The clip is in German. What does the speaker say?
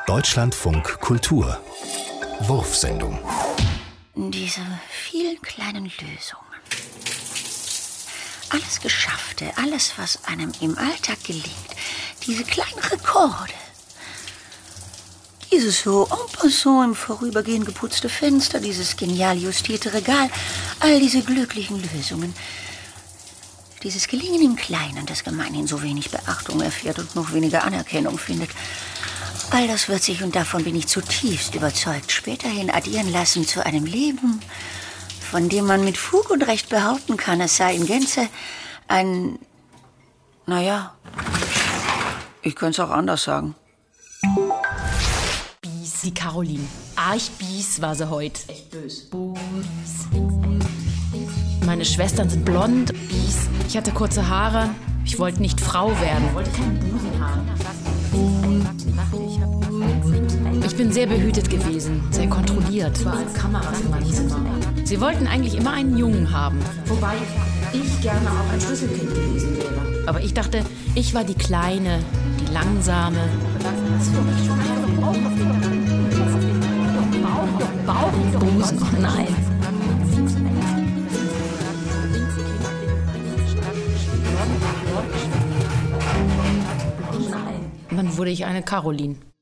Deutschlandfunk Kultur Wurfsendung. Diese vielen kleinen Lösungen. Alles Geschaffte, alles, was einem im Alltag gelingt. Diese kleinen Rekorde. Dieses so en passant im Vorübergehen geputzte Fenster, dieses genial justierte Regal. All diese glücklichen Lösungen. Dieses Gelingen im Kleinen, das gemeinhin so wenig Beachtung erfährt und noch weniger Anerkennung findet. All das wird sich, und davon bin ich zutiefst überzeugt, späterhin addieren lassen zu einem Leben, von dem man mit Fug und Recht behaupten kann, es sei in Gänze ein... Naja, ich könnte es auch anders sagen. Bies, die Caroline. Arch Bies war sie heute. Echt böse. Meine Schwestern sind blond. Bies. Ich hatte kurze Haare. Ich wollte nicht Frau werden. Ich wollte keinen Busen haben. Ich bin sehr behütet gewesen, sehr kontrolliert. Überall Kameras in meinem Zimmer. Sie wollten eigentlich immer einen Jungen haben. Wobei ich gerne auch ein Schlüsselkind gewesen wäre. Aber ich dachte, ich war die Kleine, die Langsame. Busen, oh nein. Und dann wurde ich eine Caroline.